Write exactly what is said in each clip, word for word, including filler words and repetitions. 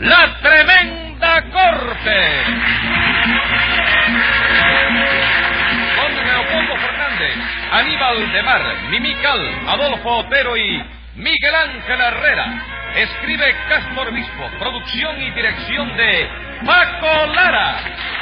La Tremenda Corte. Con Leopoldo Fernández, Aníbal de Mar, Mimical, Adolfo Otero y Miguel Ángel Herrera. Escribe Castro Obispo. Producción y dirección de Paco Lara.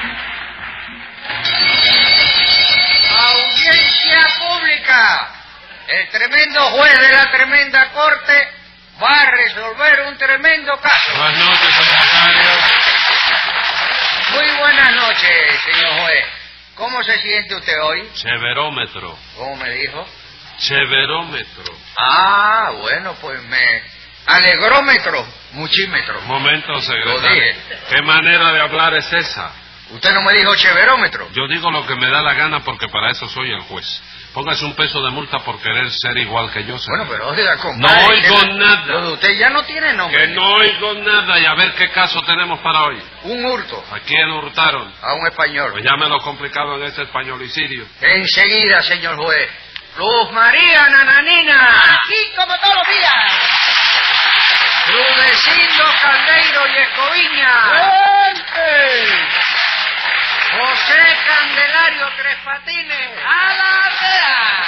Audiencia pública. El tremendo juez de la Tremenda Corte va a resolver un tremendo caso. Buenas noches, secretario. Muy buenas noches, señor juez. ¿Cómo se siente usted hoy? Cheverómetro. ¿Cómo me dijo? Cheverómetro. Ah, bueno, pues me... Alegrómetro, muchímetro. Momento, secretario. Lo dije. ¿Qué manera de hablar es esa? ¿Usted no me dijo cheverómetro? Yo digo lo que me da la gana porque para eso soy el juez. Póngase un peso de multa por querer ser igual que yo, señor. Bueno, pero oiga, compadre... No oigo que... nada. Lo de usted ya no tiene nombre. Que no oigo nada y a ver qué caso tenemos para hoy. Un hurto. ¿A quién hurtaron? A un español. Pues llámelo complicado en ese españolicidio. Enseguida, señor juez. Luz María Nananina. Aquí como todos los días. Rudecindo Caldeiro y Escoviña. ¡Gente! José Candelario Tres Patines. ¡A la aldea!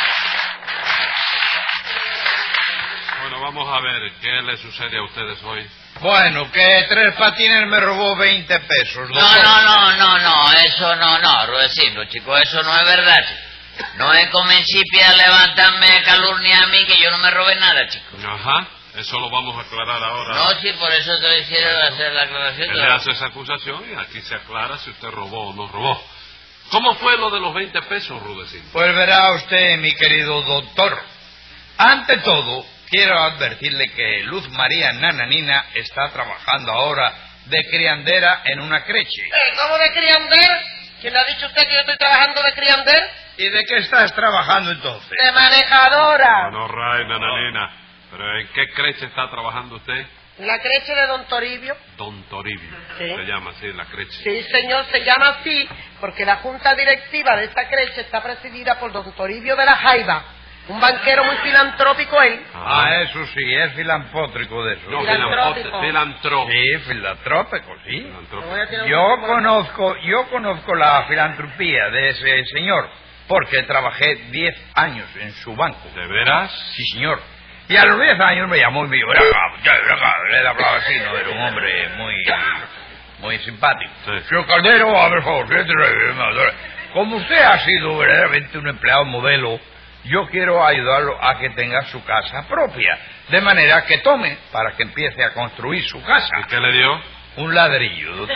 Bueno, vamos a ver qué le sucede a ustedes hoy. Bueno, que Tres Patines me robó veinte pesos. No, no, no, no, no, eso no, no, Rudecindo, chico, eso no es verdad, chico. No es comencipia a levantarme calumnia a mí que yo no me robé nada, chico. Ajá, eso lo vamos a aclarar ahora. No, sí, por eso te hicieron hacer la aclaración. Él le hace esa acusación y aquí se aclara si usted robó o no robó. ¿Cómo fue lo de los veinte pesos, Rudecindo? Pues verá usted, mi querido doctor. Ante todo, quiero advertirle que Luz María Nananina está trabajando ahora de criandera en una creche. Eh, ¿Cómo de criander? ¿Quién le ha dicho usted que yo estoy trabajando de criander? ¿Y de qué estás trabajando entonces? De manejadora. No, no, Ray, nananina. ¿Pero en qué creche está trabajando usted? La creche de Don Toribio. Don Toribio. Sí. Se llama así la creche. Sí, señor, se llama así porque la junta directiva de esta creche está presidida por Don Toribio de la Jaiba. Un banquero muy filantrópico él. Ah, eso sí, es filantrópico de eso. No, Filantrópico. filantrópico. Sí, filantrópico, sí. Filantrópico. Me voy a tirar un Yo poco más. conozco, yo conozco la filantropía de ese señor, porque trabajé diez años en su banco. ¿De veras? Sí, señor. Y a los diez años me llamó y me dijo, "Ven acá, ven acá", le hablaba así, ¿no? Era un hombre muy, muy simpático. Sí. Señor Caldero, a ver, por favor, siéntese. Como usted ha sido verdaderamente un empleado modelo, yo quiero ayudarlo a que tenga su casa propia, de manera que tome para que empiece a construir su casa. ¿Y qué le dio? Un ladrillo, doctor.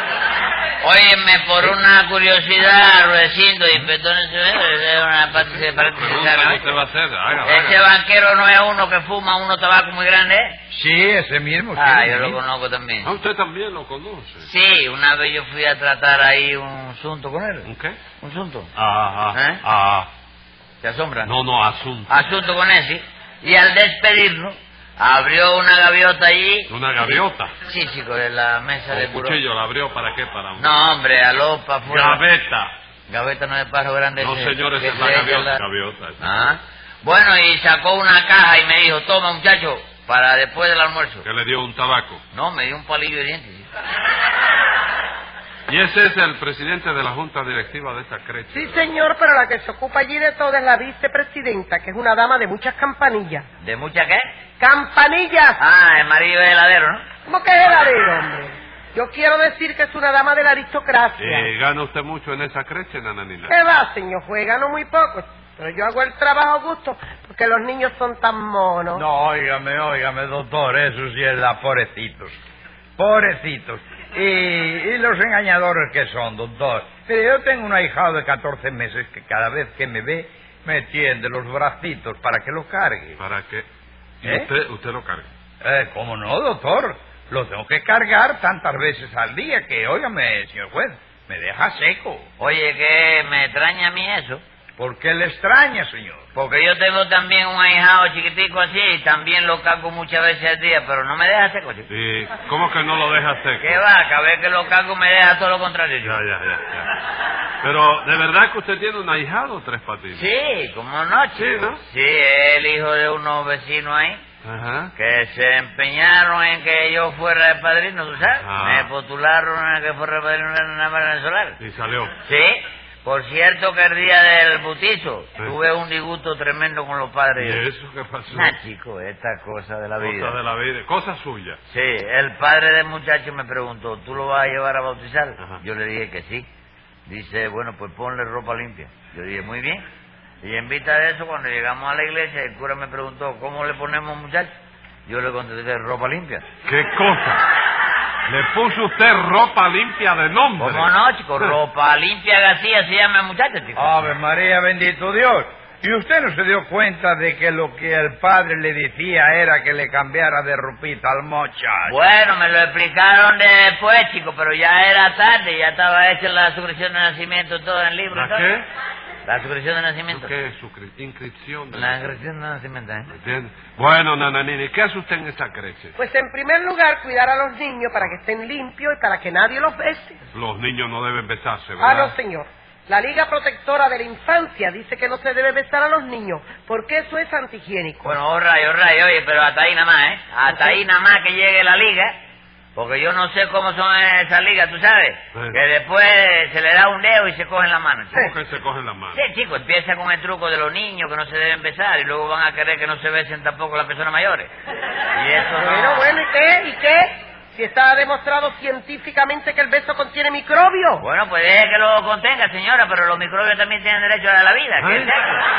Óyeme, por una curiosidad, Rudecindo, y perdónense, es una parte se parece que se Pregunta sabe, que usted va a hacer. Haga, Ese haga. banquero no es uno que fuma unos tabacos muy grandes, ¿eh? Sí, ese mismo. sí, Ah, ese yo lo mismo. conozco también. Ah, usted también lo conoce. Sí, una vez yo fui a tratar ahí un asunto con él. ¿Un qué? ¿Un asunto? Ah, ah, ¿Eh? ah. ¿Te asombra? No, no, asunto. Asunto con ese. Y al despedirnos, abrió una gaviota allí. ¿Una gaviota? Sí, chico, de la mesa de ¿Un buró. cuchillo la abrió para qué? Para un... No, hombre, aló, para afuera. Gaveta. Gaveta no es pájaro grande. No, ese, señores, que es la se echa gaviota. la- Gaviota. Ah. Bueno, y sacó una caja y me dijo, toma, muchacho, para después del almuerzo. Que le dio un tabaco. No, me dio un palillo de dientes. sí. Y ese es el presidente de la junta directiva de esta creche. Sí, señor, pero la que se ocupa allí de todo es la vicepresidenta, que es una dama de muchas campanillas. ¿De mucha qué? ¡Campanillas! Ah, el marido de heladero, ¿no? ¿Cómo que es heladero, hombre? Yo quiero decir que es una dama de la aristocracia. Eh, ¿Gana usted mucho en esa creche, nananina? ¿Qué va, señor juez? Gano muy poco, pero yo hago el trabajo a gusto porque los niños son tan monos. No, óigame, óigame, doctor, eso sí es la pobrecitos. Pobrecitos. Y, y los engañadores que son, doctor. Mire, yo tengo un ahijado de catorce meses que cada vez que me ve me tiende los bracitos para que lo cargue. ¿Para qué? ¿Y ¿Eh? usted, usted lo carga? Eh, ¿cómo no, doctor? Lo tengo que cargar tantas veces al día que, óigame, señor juez, me deja seco. Oye, que me extraña a mí eso. ¿Por qué le extraña, señor? Porque yo tengo también un ahijado chiquitico así y también lo cargo muchas veces al día, pero no me deja seco, chico. ¿Y cómo que no lo deja seco? ¿Qué va? Cada vez que lo cargo me deja todo lo contrario, chico. Ya, ya, ya, ya. Pero, ¿de verdad que usted tiene un ahijado, Tres Patines? Sí, ¿cómo no, chico? Sí, ¿no? Sí, es el hijo de unos vecinos ahí. Ajá. que se empeñaron en que yo fuera el padrino, ¿tú sabes? Ah. Me postularon a que fuera el padrino de una barra solar. Y salió. Sí, por cierto que el día del bautizo Sí. tuve un disgusto tremendo con los ¿Y padres. eso qué pasó? Nah, chico, esta cosa de la vida. Cosa de la vida, cosa suya. Sí, el padre del muchacho me preguntó, ¿tú lo vas a llevar a bautizar? Ajá. Yo le dije que sí. Dice, bueno, pues ponle ropa limpia. Yo dije, muy bien. Y en vista de eso, cuando llegamos a la iglesia, el cura me preguntó, ¿cómo le ponemos muchacho? Yo le contesté, ropa limpia. ¿Qué cosa? Le puso usted ropa limpia de nombre. ¿Cómo no, chico? Ropa limpia García se llama el muchacho, chico. Ave María, bendito Dios. ¿Y usted no se dio cuenta de que lo que el padre le decía era que le cambiara de ropita al muchacho? Bueno, me lo explicaron después, chico, pero ya era tarde, ya estaba hecha la suscripción de nacimiento, todo en el libro. ¿La todo. qué? La suscripción de nacimiento. ¿Qué es su cri- inscripción? de- La inscripción de nacimiento, ¿eh? ¿Entiende? Bueno, nananini, ¿qué hace usted en esa creche? Pues en primer lugar, cuidar a los niños para que estén limpios y para que nadie los bese. Los niños no deben besarse, Ah, ¿verdad? no, señor. La Liga Protectora de la Infancia dice que no se debe besar a los niños, porque eso es antihigiénico. Bueno, all right, all right, oye, pero hasta ahí nada más, ¿eh? Hasta ahí nada más que llegue la liga, porque yo no sé cómo son esas ligas, ¿tú sabes? Sí. Que después se le da un dedo y se cogen la mano, chico. ¿Cómo que se cogen las manos? Sí, chico, empieza con el truco de los niños que no se deben besar y luego van a querer que no se besen tampoco las personas mayores. Y eso no... Bueno, bueno, ¿y qué? ¿Y qué? Si está demostrado científicamente que el beso contiene microbios. Bueno, pues deje que lo contenga, señora, pero los microbios también tienen derecho a la vida. ¿Qué ¿Eh? es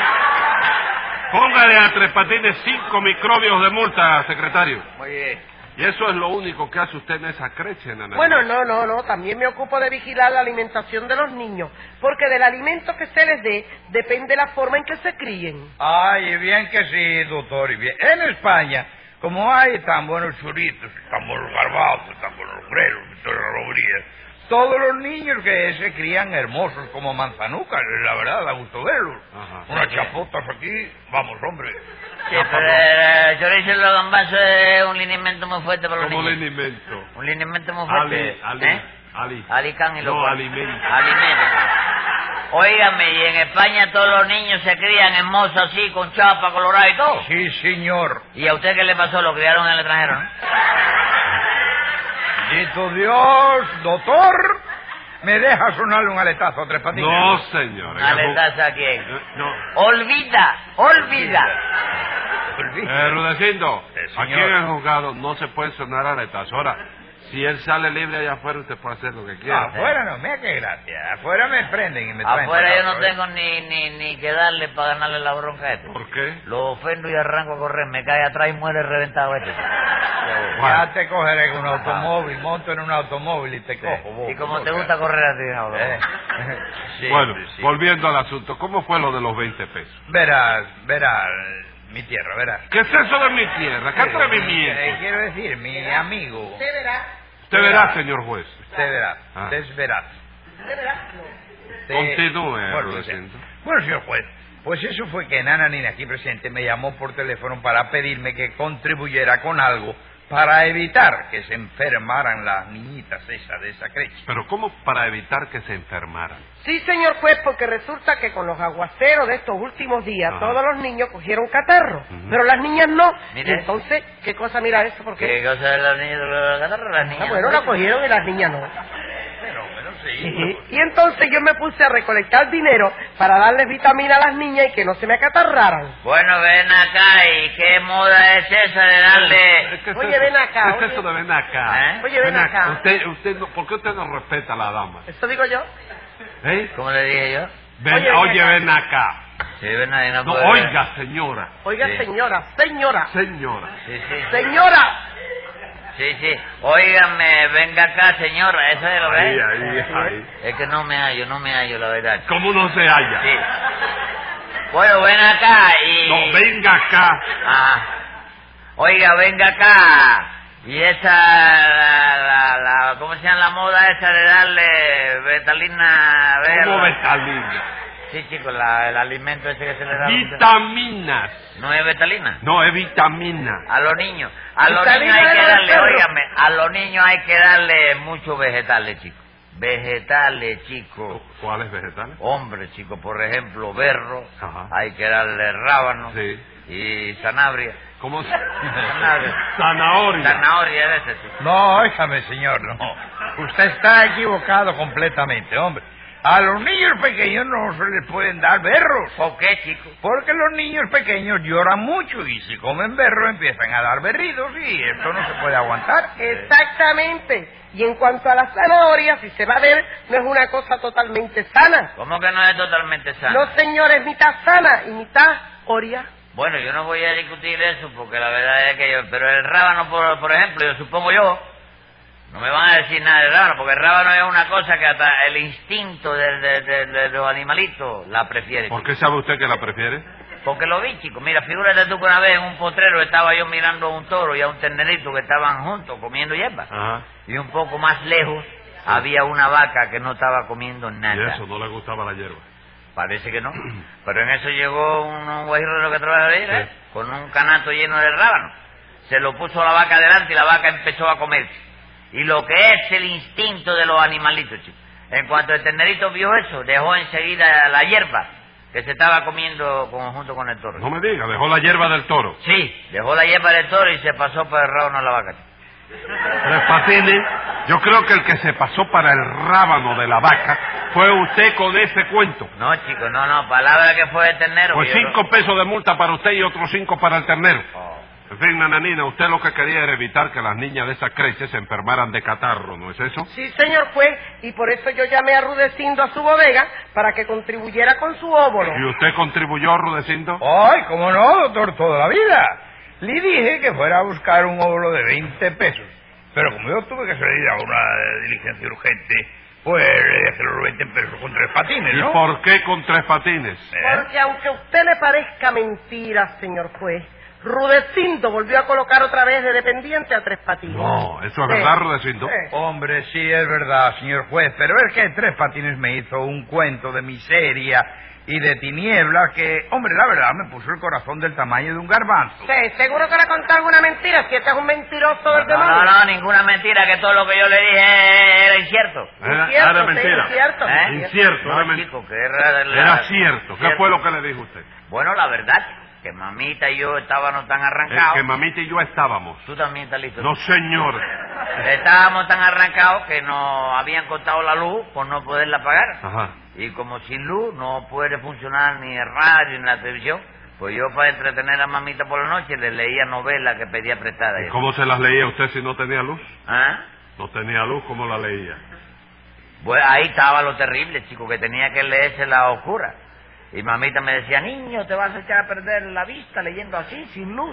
eso? Póngale a Tres Patines cinco microbios de multa, secretario. Muy bien. Y eso es lo único que hace usted en esa creche, nananini. Bueno, no, no, no. También me ocupo de vigilar la alimentación de los niños, porque del alimento que se les dé depende la forma en que se críen. Ay, bien que sí, doctor, y bien. En España, como hay tan buenos churritos, tan buenos garbanzos, tan buenos grelos, y todas las lobrías, todos los niños que se crían hermosos como manzanucas, la verdad, da gusto verlos. Ajá. Unas chapotas aquí, vamos, hombre. Sí, pero el chorizo y los gambazos es un lineamiento muy fuerte para los Como niños. alimento. Un lineamiento muy fuerte. Ali, Ali, ¿Eh? Ali. Alicán y los No, cual- alimento. Alimento. Óigame, y en España todos los niños se crían en moza así, con chapa, colorada y todo. Sí, señor. ¿Y a usted qué le pasó? Lo criaron en el extranjero, ¿no? Bendito Dios, doctor, ¿me deja sonarle un aletazo a Tres Patines? No, señor. ¿Una aletaza a quién? Eh, No. Olvida, olvida. Eh, Rudecindo, Eh, señor. aquí en el juzgado no se puede sonar aletazos. Ahora, si él sale libre allá afuera, usted puede hacer lo que quiera. Afuera no, mira qué gracia. Afuera me prenden y me traen Afuera para yo no acá, ¿eh? tengo ni, ni, ni que darle para ganarle la bronca a esto. ¿Por qué? Lo ofendo y arranco a correr, me cae atrás y muere reventado este. Ya te cogeré con un automóvil, monto en un automóvil y te cojo. vos, Y como vos, te ya. gusta correr a ti, no, Eh. Sí, bueno, sí. volviendo al asunto, ¿cómo fue lo de los veinte pesos? Verás, verás, mi tierra, verás. ¿Qué es eso de mi tierra? ¿Qué Eh, atrevimiento? quiero decir, mi amigo. Usted verá, Usted verá, señor juez. Usted verá, Ah. usted verá. usted verá. No. Usted- Continúe, bueno, Rudecindo. bueno, señor juez, pues eso fue que Nana Nina, aquí presente, me llamó por teléfono para pedirme que contribuyera con algo para evitar que se enfermaran las niñitas esas de esa creche. Pero ¿cómo para evitar que se enfermaran? Sí, señor juez, porque resulta que con los aguaceros de estos últimos días, Ajá. todos los niños cogieron catarro, Ujú. pero las niñas no. Mire. Y entonces, ¿qué cosa mira eso? Porque ¿Qué cosa de los niños de los catarros? Las niñas. ah, bueno, la cogieron y las niñas no. Pero, bueno, sí. Ujú. Y entonces yo me puse a recolectar dinero para darles vitamina a las niñas y que no se me acatarraran. Bueno, ven acá, ¿y qué moda es esa de darle...? ¿Qué es Oye, eso? ven acá, ¿Qué es oye. eso de ven acá? ¿Eh? Oye, ven acá. Usted, usted no- ¿Por qué usted no respeta a la dama? ¿Eso digo yo? ¿Eh? ¿Cómo le dije yo? Ven- Oye, oye, ven ven acá. Sí, ven ahí, no No, puede- oiga, señora. Oiga, Sí. señora, señora, Señora. Sí, sí. señora. Sí, sí. Óigame, venga acá, señora, ¿eso es lo que Ahí, es? ahí, ahí. Es que no me hallo, no me hallo, la verdad. ¿Cómo no se halla? Sí. Bueno, ven acá y... No, venga acá. Ah. Oiga, venga acá. Y esa, la, la, la- ¿cómo se llama la moda esa de darle betalina ¿Cómo verde? betalina? Sí, chicos, la, el alimento ese que se le da. Vitaminas. ¿No es betalina? No, es vitamina. A los niños. A los Vitamina niños hay que del darle, perro. óigame, a los niños hay que darle muchos vegetales, chicos. Vegetales, chicos. ¿Cuáles vegetales? Hombre, chicos, por ejemplo, berro. Ajá. Hay que darle rábano. Sí. Y sanabria. ¿Cómo se...? Una- Zanahoria. Zanahoria de ese, chico. No, óigame, señor, no. Usted está equivocado completamente, hombre. A los niños pequeños no se les pueden dar berros. ¿Por qué, chico? Porque los niños pequeños lloran mucho y si comen berro empiezan a dar berridos y esto no se puede aguantar. Exactamente. Y en cuanto a las zanahorias, si se va a ver, no es una cosa totalmente sana. ¿Cómo que no es totalmente sano? No, señor, es mitad sana y mitad oria. Bueno, yo no voy a discutir eso porque la verdad es que yo... Pero el rábano, por, por ejemplo, yo supongo yo... No me van a decir nada del rábano, porque el rábano es una cosa que hasta el instinto de, de, de, de los animalitos la prefiere. ¿Por chico. qué sabe usted que la prefiere? Porque lo vi, chico. Mira, figúrate tú que una vez en un potrero estaba yo mirando a un toro y a un ternerito que estaban juntos comiendo hierba. Ajá. Y un poco más lejos había una vaca que no estaba comiendo Y nada. eso, no le gustaba la hierba. Parece que no. Pero en eso llegó un, un guajirro que trabaja ahí, ¿eh? Sí. Con un canasto lleno de rábano. Se lo puso a la vaca delante y la vaca empezó a comer. Y lo que es el instinto de los animalitos, chicos. En cuanto el ternerito vio eso, dejó enseguida la hierba que se estaba comiendo con- junto con el toro. No me diga, dejó la hierba del toro. Sí, dejó la hierba del toro y se pasó por el rábano a la vaca. Tres Patines, yo creo que el que se pasó para el rábano de la vaca fue usted con ese cuento. No, chicos, no, no, palabra que fue el ternero. Pues que yo cinco pesos de multa para usted y otros cinco para el ternero. no- Oh. En fin, nananina, usted lo que quería era evitar que las niñas de esa creche se enfermaran de catarro, ¿no es eso? Sí, señor juez, y por eso yo llamé a Rudecindo a su bodega para que contribuyera con su óvulo. ¿Y usted contribuyó, Rudecindo? Ay, cómo no, doctor, toda la vida. Le dije que fuera a buscar un óvulo de veinte pesos. Pero como yo tuve que salir a una diligencia urgente, pues le dejé los veinte pesos con tres patines, ¿Y ¿no? por qué con tres patines? ¿Eh? Porque aunque a usted le parezca mentira, señor juez, Rudecindo volvió a colocar otra vez de dependiente a Tres Patines. No, ¿eso es Sí. verdad, Rudecindo? Sí. Hombre, sí, es verdad, señor juez, pero es que Tres Patines me hizo un cuento de miseria y de tinieblas que, hombre, la verdad me puso el corazón del tamaño de un garbanzo. Sí, seguro que le contó alguna mentira, si este es un mentiroso del No, no, demonio. no, ninguna mentira, que todo lo que yo le dije era incierto. Era, Incierto, era sí, mentira. incierto. ¿Eh? Incierto, era No, men- chico, que era... la- Era cierto. ¿Qué fue lo que le dijo usted? Bueno, la verdad, que mamita y yo estábamos tan Es arrancados. que mamita y yo estábamos. Tú también estás listo. No, señor. Estábamos tan arrancados que nos habían cortado la luz por no poderla pagar. Ajá. Y como sin luz no puede funcionar ni el radio ni la televisión, pues yo para entretener a mamita por la noche le leía novelas que pedía prestada. ¿Y cómo se las leía usted si no tenía luz? ¿Ah? No tenía luz, ¿cómo la leía? Pues ahí estaba lo terrible, chico, que tenía que leerse la oscura. Y mamita me decía, niño, te vas a echar a perder la vista leyendo así, sin luz.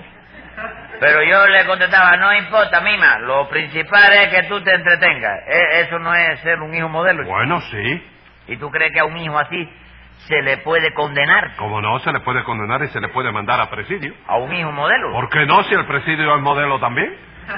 Pero yo le contestaba, no importa, mima, lo principal es que tú te entretengas. E- Eso no es ser un hijo modelo, chico. Bueno, sí. ¿Y tú crees que a un hijo así se le puede condenar? Como no, se le puede condenar y se le puede mandar a presidio. ¿A un hijo modelo? ¿Por qué no, si el presidio es modelo también?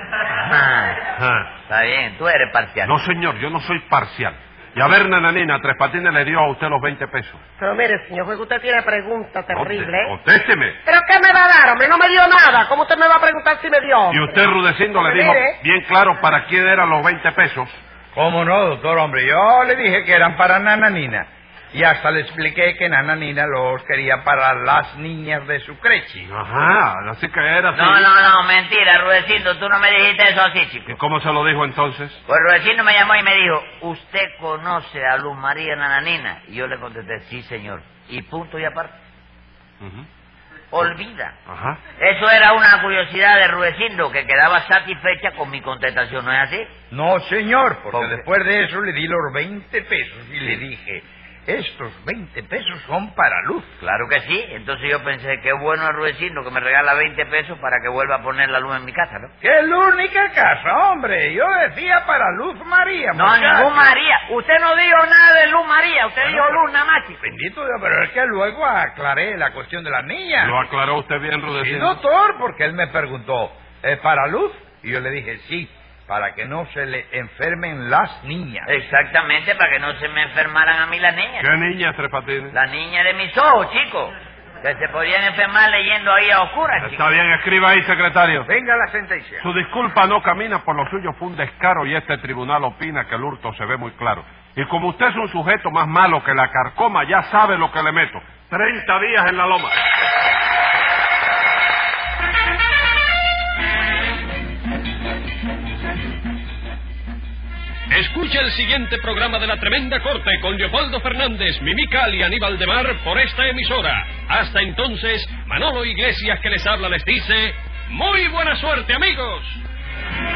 Ah, Ah. está bien, tú eres parcial. No, señor, yo no soy parcial. Y a ver, nananina, Tres Patines le dio a usted los veinte pesos. Pero mire, señor juez, usted tiene pregunta terrible, ¿eh? Contésteme. ¿Pero qué me va a dar, hombre? No me dio nada. ¿Cómo usted me va a preguntar si me dio, Y hombre? usted, Rudecindo, le dijo Mire. bien claro para quién eran los veinte pesos. ¿Cómo no, doctor, hombre? Yo le dije que eran para Nananina. Y hasta le expliqué que Nananina los quería para las niñas de su creche. Ajá, así que era así. No, no, no, mentira, Rudecindo, tú no me dijiste eso así, ¿Y chico. cómo se lo dijo entonces? Pues Rudecindo me llamó y me dijo, ¿usted conoce a Luz María Nananina? Y yo le contesté, sí, señor. Y punto y aparte. Ujú. Olvida. Ajá. Eso era una curiosidad de Rudecindo, que quedaba satisfecha con mi contestación, ¿no es así? No, señor, porque ¿Por qué? después de eso le di los veinte pesos y le dije, estos veinte pesos son para Luz. Claro que sí. Entonces yo pensé, qué bueno es Rudecindo que me regala veinte pesos para que vuelva a poner la luz en mi casa, ¿no? ¡Qué es la única casa, hombre! Yo decía para Luz María, No, muchacho. Luz María. Usted no dijo nada de Luz María. Usted Bueno, dijo pero- Luz nada más, chico. Bendito Dios, pero es que luego aclaré la cuestión de las niñas. ¿Lo aclaró usted bien, Sí, Rudecindo? doctor, porque él me preguntó, ¿es para Luz? Y yo le dije, sí, para que no se le enfermen las niñas. Exactamente, para que no se me enfermaran a mí las niñas. ¿Qué niña, Tres Patines? Las niñas de mis ojos, chicos. Que se podían enfermar leyendo ahí a oscuras, Está chicos. bien, escriba ahí, secretario. Venga la sentencia. Su disculpa no camina por lo suyo, fue un descaro y este tribunal opina que el hurto se ve muy claro. Y como usted es un sujeto más malo que la carcoma, ya sabe lo que le meto. Treinta días en la loma. Escucha el siguiente programa de La Tremenda Corte con Leopoldo Fernández, Mimical y Aníbal de Mar por esta emisora. Hasta entonces, Manolo Iglesias que les habla les dice... ¡Muy buena suerte, amigos!